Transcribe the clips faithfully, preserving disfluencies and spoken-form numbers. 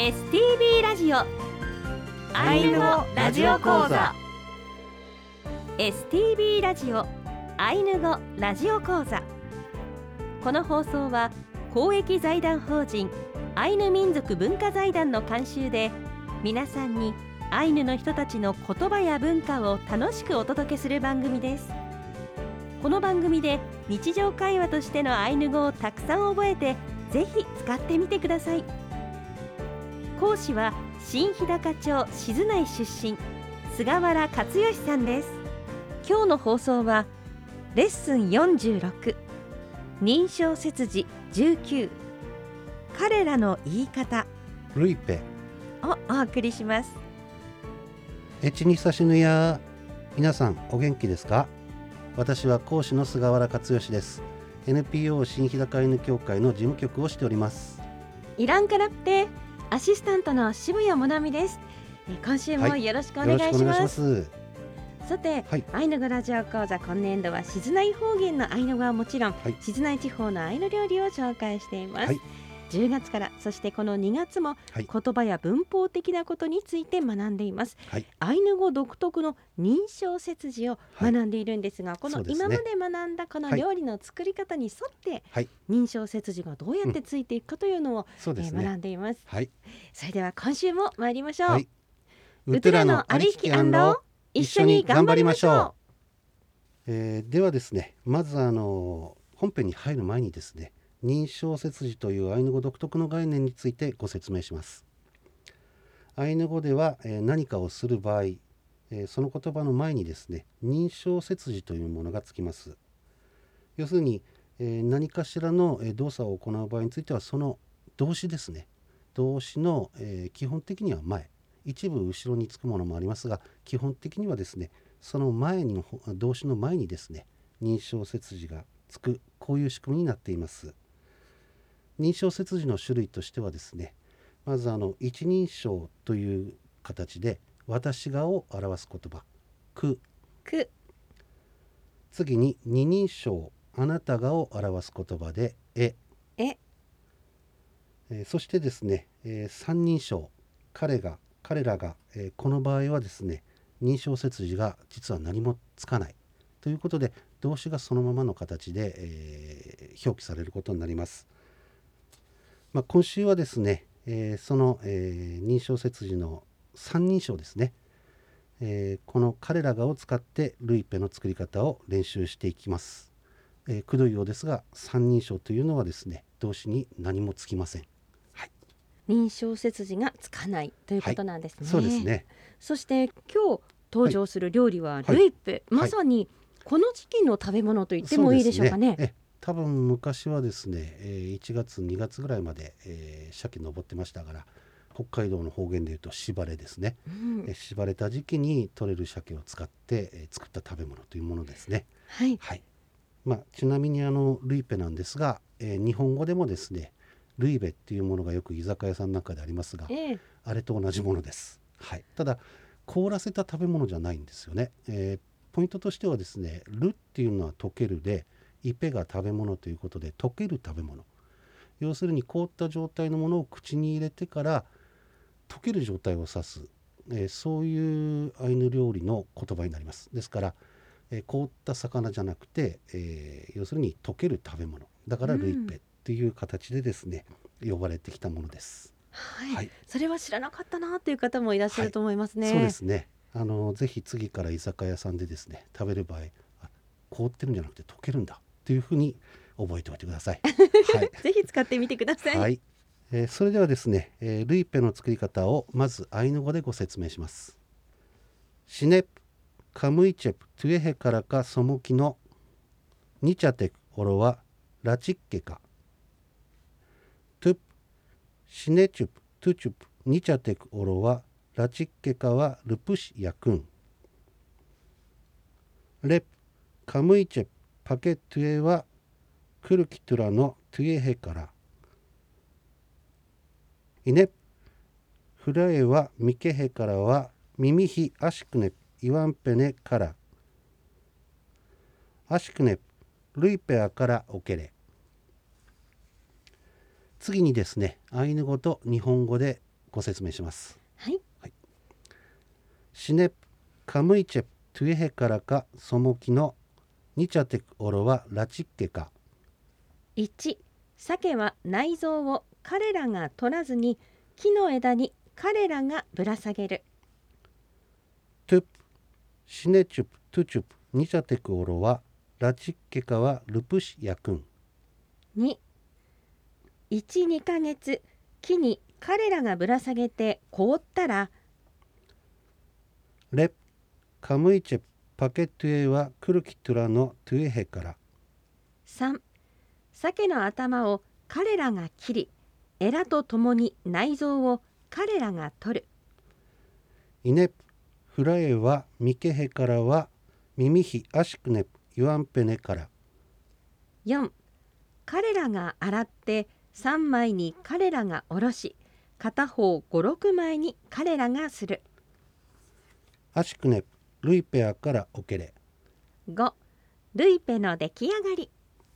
エスティービー ラジオアイヌ語ラジオ講座 エスティービー ラジオアイヌ語ラジオ講座。この放送は公益財団法人アイヌ民族文化財団の監修で、皆さんにアイヌの人たちの言葉や文化を楽しくお届けする番組です。この番組で日常会話としてのアイヌ語をたくさん覚えて、ぜひ使ってみてください。講師は新日高町静内出身、菅原克義さんです。今日の放送はレッスンよんじゅうろく、認証切字じゅうきゅう、彼らの言い方ルイペをお送りします。 エチニサシヌヤ、皆さんお元気ですか？私は講師の菅原克義です。 エヌピーオー 新日高アイヌ協会の事務局をしております。 イランカラプテアシスタントの渋谷もなみです。今週もよろしくお願いします。 はい、よろしくお願いします。 さて、 はい、 アイヌ語ラジオ講座、今年度は静内方言のアイヌ語はもちろん、 はい、 静内地方のアイヌ料理を紹介しています。 はい、 じゅうがつから、そしてこのにがつも、 はい、 言葉や文法的なことについて学んでいます。 はい、 アイヌ語独特の認証切字を学んでいるんですが、はい、この今まで学んだこの料理の作り方に沿って、はい、認証切字がどうやってついていくかというのを、うんえー、学んでいます。 はい、 それでは今週も参りましょう。 はい、 ウトゥラのありひき安老、一緒に頑張りましょう。えー、ではですね、まずあの本編に入る前にですね、認証切字というアイヌ語独特の概念についてご説明します。アイヌ語では、えー、何かをする場合、えー、その言葉の前にですね、認証切字というものがつきます。要するに、えー、何かしらの動作を行う場合については、その動詞ですね、動詞の、えー、基本的には前、一部後ろにつくものもありますが、基本的にはですね、その前に動詞の前にですね、認証切字がつく、こういう仕組みになっています。認証切字の種類としてはですね、まずあの一人称という形で私がを表す言葉、く、 く。 次に二人称あなたがを表す言葉でえ、 え、 えー、そしてですね、えー、三人称彼が、彼らが、えー、この場合はですね、認証切字が実は何もつかないということで、動詞がそのままの形で、えー、表記されることになります。まあ、今週はですね、えー、その、えー、認証切字の三人称ですね、えー、この彼らがを使ってルイペの作り方を練習していきます。えー、くどいようですが、三人称というのはですね、動詞に何もつきません。はい、 認証切字がつかないということなんですね。はい、 そうですね。 そして今日登場する料理はルイペ、はいはい、まさにこの時期の食べ物と言ってもいいでしょうかね。 え多分昔はですね、いちがつにがつぐらいまで、えー、鮭登ってましたから、北海道の方言でいうとしばれですね、うん、えしばれた時期に取れる鮭を使って、えー、作った食べ物というものですね。 はい、 はい、まあ、ちなみにあのルイペなんですが、えー、日本語でもですね、ルイベっていうものがよく居酒屋さんなんかでありますが、 えー、 あれと同じものです。はい、ただ凍らせた食べ物じゃないんですよね。えー、ポイントとしてはですね、ルっていうのは溶けるで、イペが食べ物ということで溶ける食べ物、要するに凍った状態のものを口に入れてから溶ける状態を指す、えー、そういうアイヌ料理の言葉になります。ですから、えー、凍った魚じゃなくて、えー、要するに溶ける食べ物だからルイペっていう形でですね、うん、呼ばれてきたものです。 はいはい、それは知らなかったなという方もいらっしゃると思いますね。 はい、そうですね。あのぜひ次から居酒屋さんでですね、食べる場合、あ、凍ってるんじゃなくて溶けるんだというふうに覚えておいてください。はい、 ぜひ使ってみてください。 はい、えー、それではですね、えー、ルイペの作り方をまずアイヌ語でご説明します。シネプカムイチェプトゥエヘからかソモキのニチャテクオロはラチッケかトゥプシネチュプトゥチュプニチャテクオロはラチッケかはルプシヤクンレプカムイチェプパケトゥエはクルキトゥラのトゥエヘからイネフラエはミケヘからはミミヒアシクネプイワンペネからアシクネプルイペアからオケレ。次にですね、アイヌ語と日本語でご説明します。 はい、 はい、シネプカムイチェプトゥエヘからかソモキのニチャテクオロはラチッケか。 いち、鮭は内臓を彼らが取らずに木の枝に彼らがぶら下げる。 トゥプシネチュプトゥチュプニチャテクオロはラチッケかはルプシヤクン。 に、いち、にかげつ木に彼らがぶら下げて凍ったら、 レプカムイチェプパケトゥエはクルキトゥラのトゥエヘから。 さん、鮭の頭を彼らが切り、エラとともに内臓を彼らが取る。 イネプフラエはミケヘからはミミヒアシクネプユアンペネから。 よん、彼らが洗ってさんまいに彼らがおろし、片方ご、ろくまいに彼らがする。 アシクネプルイペアからオケレ。 ご、ルイペの出来上がり。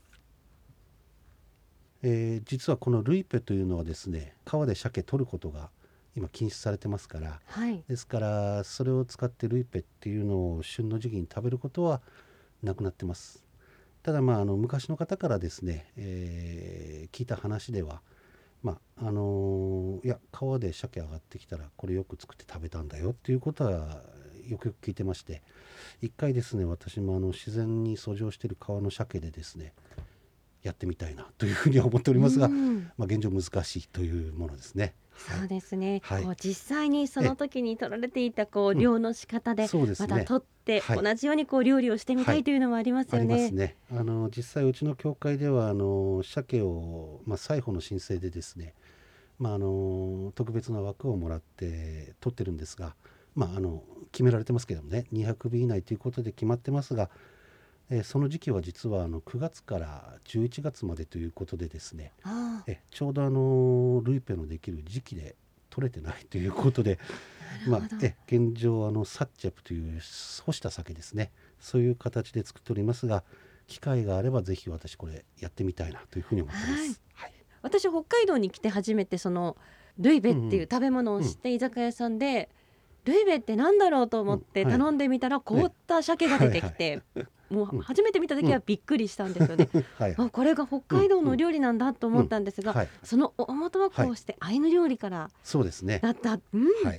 えー、実はこのルイペというのはですね、川で鮭取ることが今禁止されてますから、 はい、 ですからそれを使ってルイペっていうのを旬の時期に食べることはなくなってます。ただまああの昔の方からですね、えー、聞いた話では、まああのー、いや川で鮭上がってきたらこれよく作って食べたんだよっていうことはよくよく聞いてまして、一回ですね私もあの自然に遡上している川の鮭でですねやってみたいなというふうに思っておりますが、まあ、現状難しいというものですね。 そうですね、 はい、 こう実際にその時に取られていたこう漁の仕方で、 うん、 また取ってはい、 同じようにこう料理をしてみたいというのもありますよね。 はい、ありますね。あの実際うちの教会ではあの鮭を、まあ、祭法の申請でですね、まあ、あの特別な枠をもらって取ってるんですが、まあ、あの決められてますけどもねにひゃくび以内ということで決まってますが、えー、その時期は実はあのくがつからじゅういちがつまでということでですね、 あえちょうどあのルイペのできる時期で取れてないということで、まあ、え現状あのサッチェプという干した鮭ですね、そういう形で作っておりますが、機会があればぜひ私これやってみたいなというふうに思ってます。 はいはい、 私北海道に来て初めてそのルイベっていう食べ物を知って居酒屋さんで、うん、ルイベってなんだろうと思って頼んでみたら凍った鮭が出てきて、ね、もう初めて見た時はびっくりしたんですよね。はいはい、これが北海道の料理なんだと思ったんですが、うんうんはい、その大元はこうしてアイヌ料理からだった。 そうですね、 うんはい、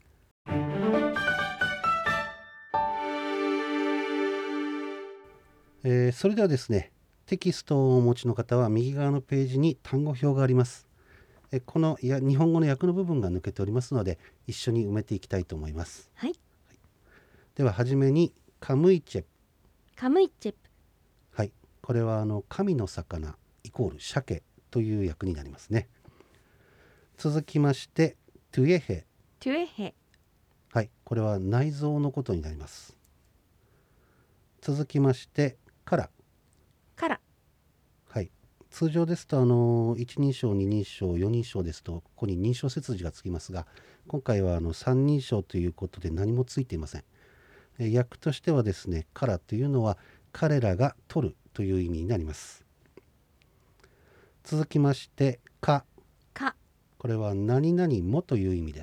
えー、それではですね、テキストをお持ちの方は右側のページに単語表があります。えこのいや日本語の訳の部分が抜けておりますので一緒に埋めていきたいと思います。 はい、 はい、でははじめにカムイチェプ。 カムイチェプ、 はい、これはあの神の魚イコール鮭という訳になりますね。続きましてトゥエヘ。 トゥエヘ、 はい、これは内臓のことになります。続きましてカラ。 カラ、 はい、通常ですとあの一人称二人称四人称ですとここに認証切字がつきますが、今回はあの三人称ということで何もついていません。え訳としてはですね、カラというのは彼らが取るという意味になります。続きましてか。 か、 これは何々もという意味です。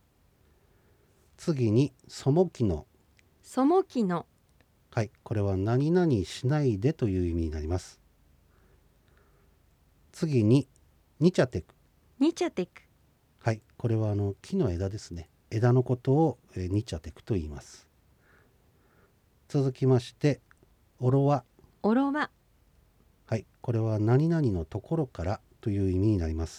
次にそもきの。 そもきの、 はい、これは何々しないでという意味になります。次にニチャテク。 ニチャテク、 はい、これはあの木の枝ですね。枝のことを、えー、ニチャテクと言います。続きましてオロワ。 オロワ、 はい、これは何々のところからという意味になります。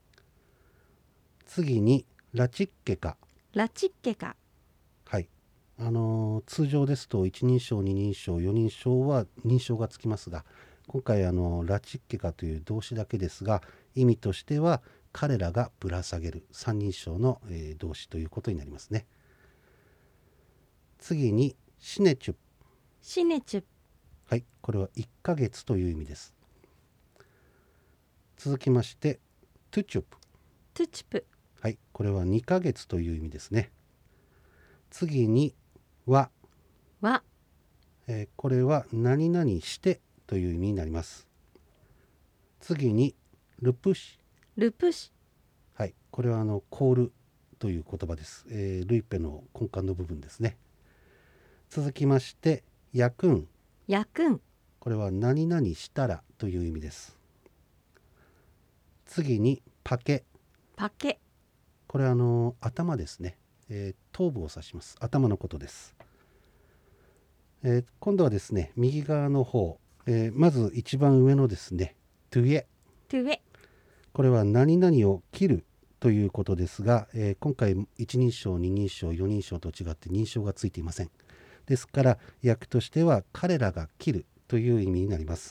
次にラチッケカ。 ラチッケカ、 はい、あのー、通常ですと一人称二人称四人称は認証がつきますが、今回あのラチッケカという動詞だけですが、意味としては彼らがぶら下げる三人称の、えー、動詞ということになりますね。次にシネチュ。 シネチュ、 はい、これはいっかげつという意味です。続きましてトゥチュプ。 トゥチュプ、 はい、これはにかげつという意味ですね。次には。 は、 えー、これは何々してという意味になります。次にルプシ。 ルプシ、 はい、これはあのコールという言葉です。えー、ルイペの根幹の部分ですね。続きましてやくん。 やくん。 これは何々したらという意味です。次にパケ。 パケ。 これはあの頭ですね、えー、頭部を指します。頭のことです。えー、今度はですね右側の方、えー、まず一番上のですねトゥエ。 トゥエ。 これは何々を切るということですが、えー、今回一人称二人称四人称と違って認証がついていません。ですから訳としては彼らが切るという意味になります。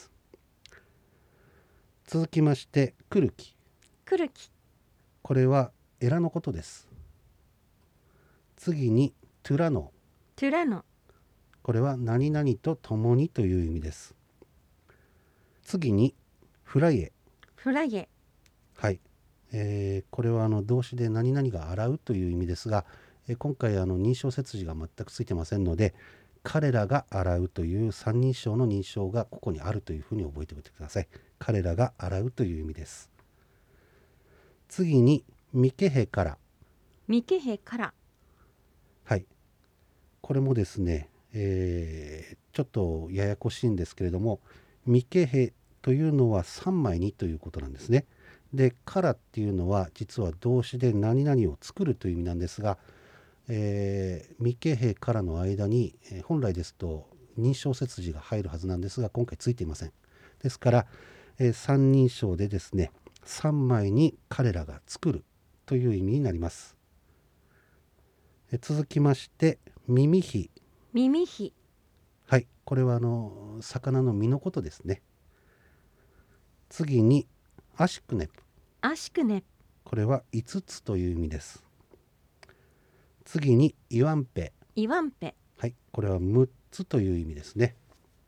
続きましてクルキ。 クルキ。 これはエラのことです。次にトゥラノ。 トゥラノ。 これは何々と共にという意味です。次にフライエ。 フライエ。 はい、えー、これはあの動詞で何々が洗うという意味ですが、えー、今回あの認証接字が全くついてませんので、彼らが洗うという三人称の認証がここにあるというふうに覚えておいてください。彼らが洗うという意味です。次にミケヘから。 ミケヘから。 はい、これもですね、えー、ちょっとややこしいんですけれども、ミケヘというのはさんまいにということなんですね。でからっていうのは実は動詞で何々を作るという意味なんですが、えー、ミケヘからの間に、えー、本来ですと認証接字が入るはずなんですが今回ついていません。ですから、えー、三人称でですねさんまいに彼らが作るという意味になります。えー、続きまして耳ひ。 耳ひ。 はい、これはあの魚の身のことですね。次にアシクネプ。 アシクネプ。 これはいつつという意味です。次にイワンペ。 イワンペ。 はい、これはむっつという意味ですね。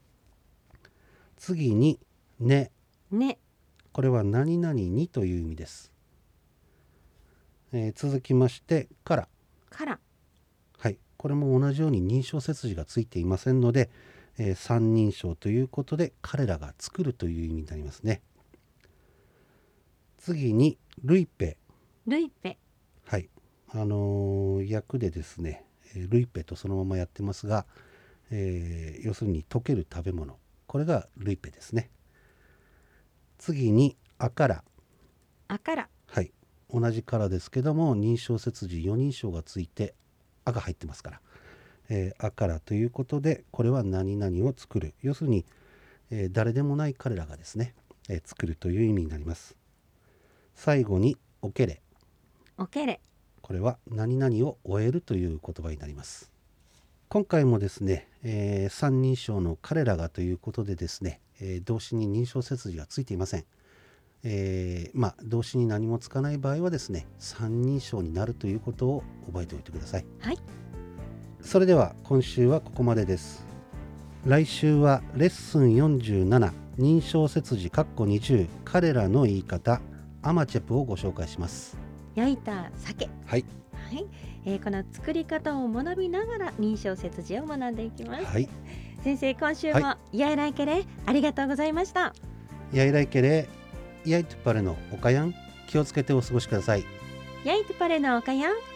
次にね。 ね。 これは何々にという意味です。えー、続きましてから。 から。 はい、これも同じように認証接字がついていませんので、えー、三人称ということで彼らが作るという意味になりますね。次にルイペ。 ルイペ。 はい、あのー、訳でですねルイペとそのままやってますが、えー、要するに溶ける食べ物、これがルイペですね。次にあから。 あから。 はい、同じからですけども認証接字よ人称がついてあが入ってますから、えー、あからということでこれは何々を作る、要するに、えー、誰でもない彼らがですね、えー、作るという意味になります。最後におけれ。 おけれ。 これは何々を終えるという言葉になります。今回もですね、えー、三人称の彼らがということでですね、えー、動詞に認証接字がついていません。えー、まあ動詞に何もつかない場合はですね三人称になるということを覚えておいてください。 はい。 それでは今週はここまでです。来週はレッスンよんじゅうなな認証接字括弧にじゅう彼らの言い方アマチェプをご紹介します。 焼いた鮭。 はい、 はい、えー、この作り方を学びながら認証接字を学んでいきます。 はい、 先生今週も、 はやいらいけれありがとうございました。 やいらいけれやいとパレのおかやん気をつけてお過ごしください。 やいとパレのおかやん